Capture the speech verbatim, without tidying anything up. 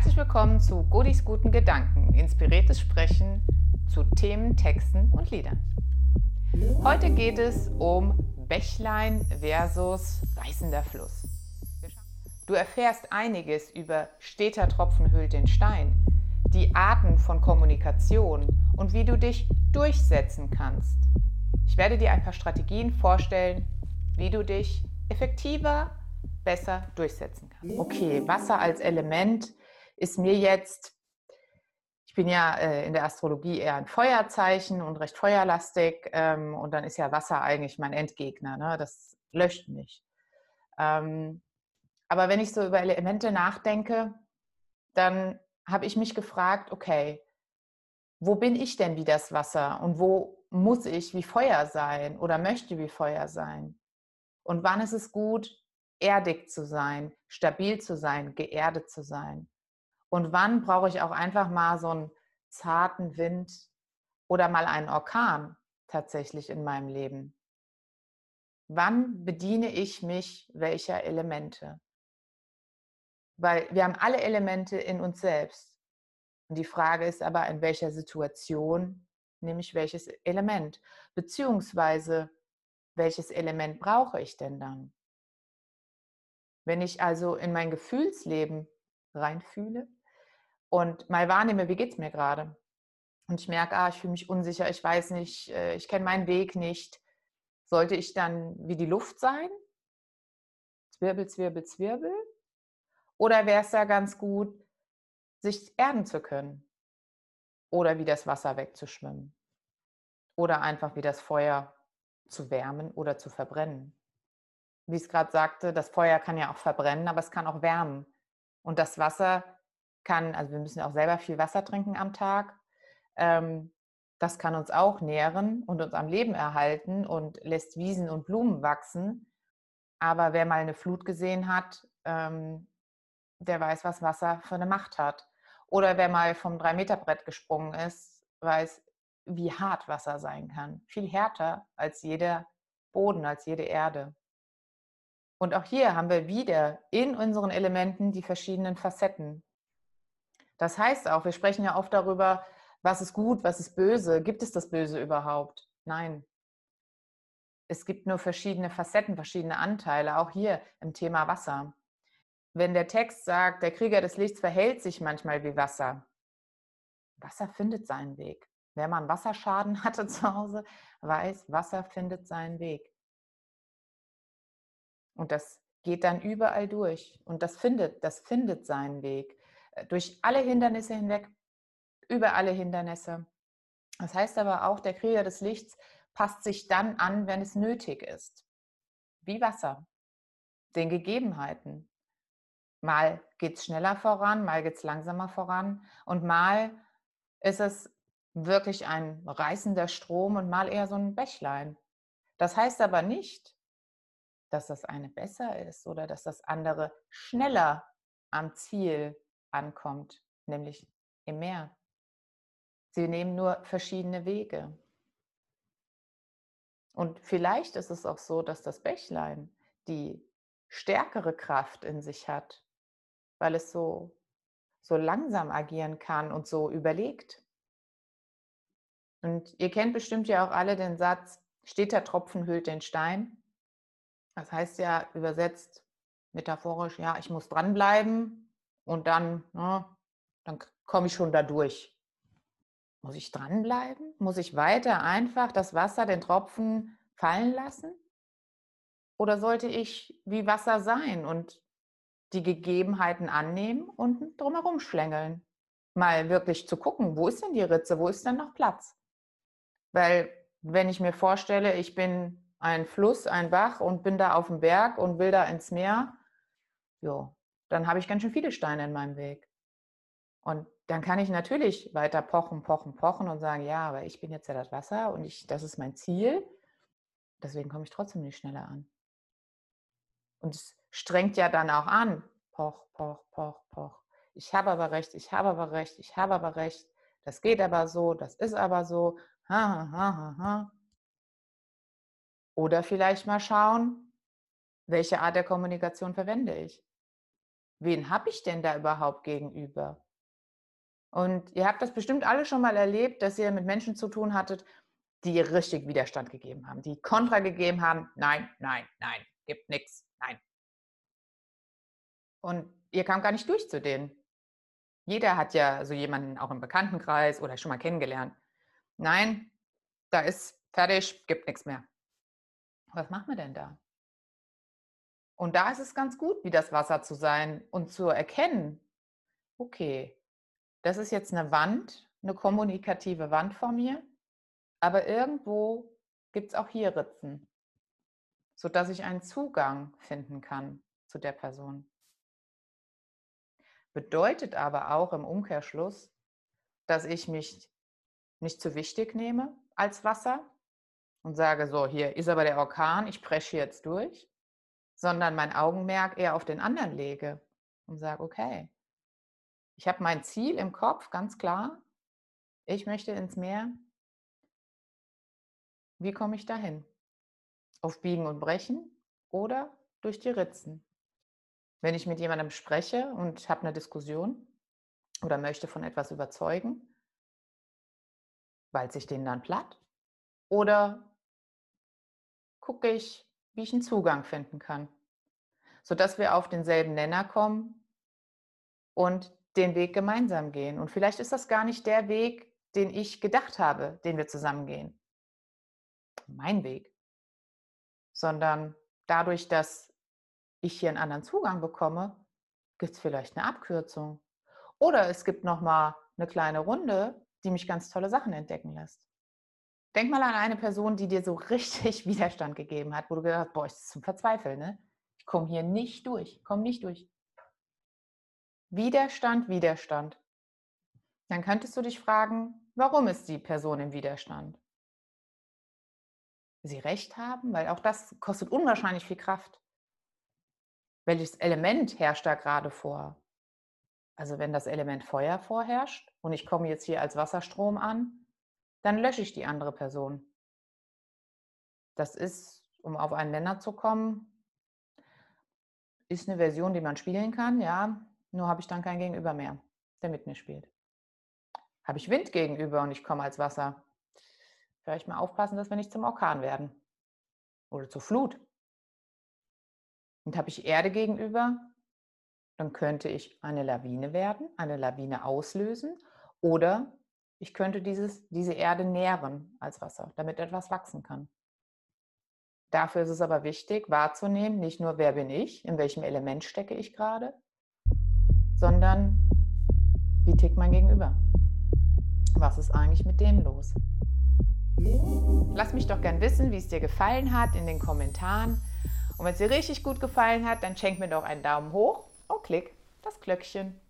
Herzlich willkommen zu Godis guten Gedanken, inspiriertes Sprechen zu Themen, Texten und Liedern. Heute geht es um Bächlein versus reißender Fluss. Du erfährst einiges über steter Tropfen höhlt den Stein, die Arten von Kommunikation und wie du dich durchsetzen kannst. Ich werde dir ein paar Strategien vorstellen, wie du dich effektiver, besser durchsetzen kannst. Okay, Wasser als Element ist mir jetzt, ich bin ja äh, in der Astrologie eher ein Feuerzeichen und recht feuerlastig ähm, und dann ist ja Wasser eigentlich mein Endgegner, ne? Das löscht mich. Ähm, aber wenn ich so über Elemente nachdenke, dann habe ich mich gefragt, okay, wo bin ich denn wie das Wasser und wo muss ich wie Feuer sein oder möchte wie Feuer sein? Und wann ist es gut, erdig zu sein, stabil zu sein, geerdet zu sein? Und wann brauche ich auch einfach mal so einen zarten Wind oder mal einen Orkan tatsächlich in meinem Leben? Wann bediene ich mich welcher Elemente? Weil wir haben alle Elemente in uns selbst. Und die Frage ist aber, in welcher Situation nehme ich welches Element? Beziehungsweise, welches Element brauche ich denn dann? Wenn ich also in mein Gefühlsleben reinfühle und mal wahrnehme, wie geht es mir gerade? Und ich merke, ah, ich fühle mich unsicher, ich weiß nicht, äh, ich kenne meinen Weg nicht. Sollte ich dann wie die Luft sein? Zwirbel, zwirbel, zwirbel? Oder wäre es da ganz gut, sich erden zu können? Oder wie das Wasser wegzuschwimmen? Oder einfach wie das Feuer zu wärmen oder zu verbrennen? Wie ich es gerade sagte, das Feuer kann ja auch verbrennen, aber es kann auch wärmen. Und das Wasser kann, also wir müssen auch selber viel Wasser trinken am Tag. Ähm, das kann uns auch nähren und uns am Leben erhalten und lässt Wiesen und Blumen wachsen. Aber wer mal eine Flut gesehen hat, ähm, der weiß, was Wasser für eine Macht hat. Oder wer mal vom drei-Meter-Brett gesprungen ist, weiß, wie hart Wasser sein kann. Viel härter als jeder Boden, als jede Erde. Und auch hier haben wir wieder in unseren Elementen die verschiedenen Facetten. Das heißt auch, wir sprechen ja oft darüber, was ist gut, was ist böse. Gibt es das Böse überhaupt? Nein. Es gibt nur verschiedene Facetten, verschiedene Anteile, auch hier im Thema Wasser. Wenn der Text sagt, der Krieger des Lichts verhält sich manchmal wie Wasser, Wasser findet seinen Weg. Wer mal einen Wasserschaden hatte zu Hause, weiß, Wasser findet seinen Weg. Und das geht dann überall durch. Und das findet, das findet seinen Weg. Äh, Durch alle Hindernisse hinweg, über alle Hindernisse. Das heißt aber auch, der Krieger des Lichts passt sich dann an, wenn es nötig ist. Wie Wasser, den Gegebenheiten. Mal geht es schneller voran, mal geht es langsamer voran und mal ist es wirklich ein reißender Strom und mal eher so ein Bächlein. Das heißt aber nicht, dass das eine besser ist oder dass das andere schneller am Ziel ankommt, nämlich im Meer. Sie nehmen nur verschiedene Wege. Und vielleicht ist es auch so, dass das Bächlein die stärkere Kraft in sich hat, weil es so, so langsam agieren kann und so überlegt. Und ihr kennt bestimmt ja auch alle den Satz, steter Tropfen höhlt den Stein. Das heißt ja übersetzt metaphorisch, ja, ich muss dranbleiben und dann, ne, dann komme ich schon da durch. Muss ich dranbleiben? Muss ich weiter einfach das Wasser, den Tropfen fallen lassen? Oder sollte ich wie Wasser sein und die Gegebenheiten annehmen und drumherum schlängeln? Mal wirklich zu gucken, wo ist denn die Ritze, wo ist denn noch Platz? Weil wenn ich mir vorstelle, ich bin ein Fluss, ein Bach und bin da auf dem Berg und will da ins Meer, ja, dann habe ich ganz schön viele Steine in meinem Weg. Und dann kann ich natürlich weiter pochen, pochen, pochen und sagen, ja, aber ich bin jetzt ja das Wasser und ich, das ist mein Ziel. Deswegen komme ich trotzdem nicht schneller an. Und es strengt ja dann auch an. Poch, poch, poch, poch. Ich habe aber recht, ich habe aber recht, ich habe aber recht. Das geht aber so, das ist aber so. Ha, ha, ha, ha, ha. Oder vielleicht mal schauen, welche Art der Kommunikation verwende ich? wen habe ich denn da überhaupt gegenüber? Und ihr habt das bestimmt alle schon mal erlebt, dass ihr mit Menschen zu tun hattet, die richtig Widerstand gegeben haben, die Kontra gegeben haben. Nein, nein, nein, gibt nichts, nein. Und ihr kamt gar nicht durch zu denen. Jeder hat ja so jemanden auch im Bekanntenkreis oder schon mal kennengelernt. Nein, da ist fertig, gibt nichts mehr. Was macht man denn da? Und da ist es ganz gut, wie das Wasser zu sein und zu erkennen, okay, das ist jetzt eine Wand, eine kommunikative Wand vor mir, aber irgendwo gibt es auch hier Ritzen, sodass ich einen Zugang finden kann zu der Person. Bedeutet aber auch im Umkehrschluss, dass ich mich nicht zu wichtig nehme als Wasser und sage, so, hier ist aber der Orkan, ich presche jetzt durch, sondern mein Augenmerk eher auf den anderen lege und sage, okay, ich habe mein Ziel im Kopf, ganz klar, ich möchte ins Meer. Wie komme ich dahin? Auf Biegen und Brechen oder durch die Ritzen? Wenn ich mit jemandem spreche und habe eine Diskussion oder möchte von etwas überzeugen, walze ich den dann platt oder gucke ich, wie ich einen Zugang finden kann, sodass wir auf denselben Nenner kommen und den Weg gemeinsam gehen. Und vielleicht ist das gar nicht der Weg, den ich gedacht habe, den wir zusammen gehen, mein Weg, sondern dadurch, dass ich hier einen anderen Zugang bekomme, gibt es vielleicht eine Abkürzung. Oder es gibt noch mal eine kleine Runde, die mich ganz tolle Sachen entdecken lässt. Denk mal an eine Person, die dir so richtig Widerstand gegeben hat, wo du gedacht hast, boah, ist das zum Verzweifeln, ne? Ich komme hier nicht durch, ich komme nicht durch. Widerstand, Widerstand. Dann könntest du dich fragen, warum ist die Person im Widerstand? Sie recht haben? Weil auch das kostet unwahrscheinlich viel Kraft. Welches Element herrscht da gerade vor? Also wenn das Element Feuer vorherrscht und ich komme jetzt hier als Wasserstrom an, dann lösche ich die andere Person. Das ist, um auf einen Nenner zu kommen, ist eine Version, die man spielen kann, ja, nur habe ich dann kein Gegenüber mehr, der mit mir spielt. Habe ich Wind gegenüber und ich komme als Wasser, vielleicht mal aufpassen, dass wir nicht zum Orkan werden oder zur Flut. Und habe ich Erde gegenüber, dann könnte ich eine Lawine werden, eine Lawine auslösen oder ich könnte dieses, diese Erde nähren als Wasser, damit etwas wachsen kann. Dafür ist es aber wichtig, wahrzunehmen, nicht nur, wer bin ich, in welchem Element stecke ich gerade, sondern wie tickt mein Gegenüber? Was ist eigentlich mit dem los? Lass mich doch gern wissen, wie es dir gefallen hat in den Kommentaren. Und wenn es dir richtig gut gefallen hat, dann schenk mir doch einen Daumen hoch und klick das Glöckchen.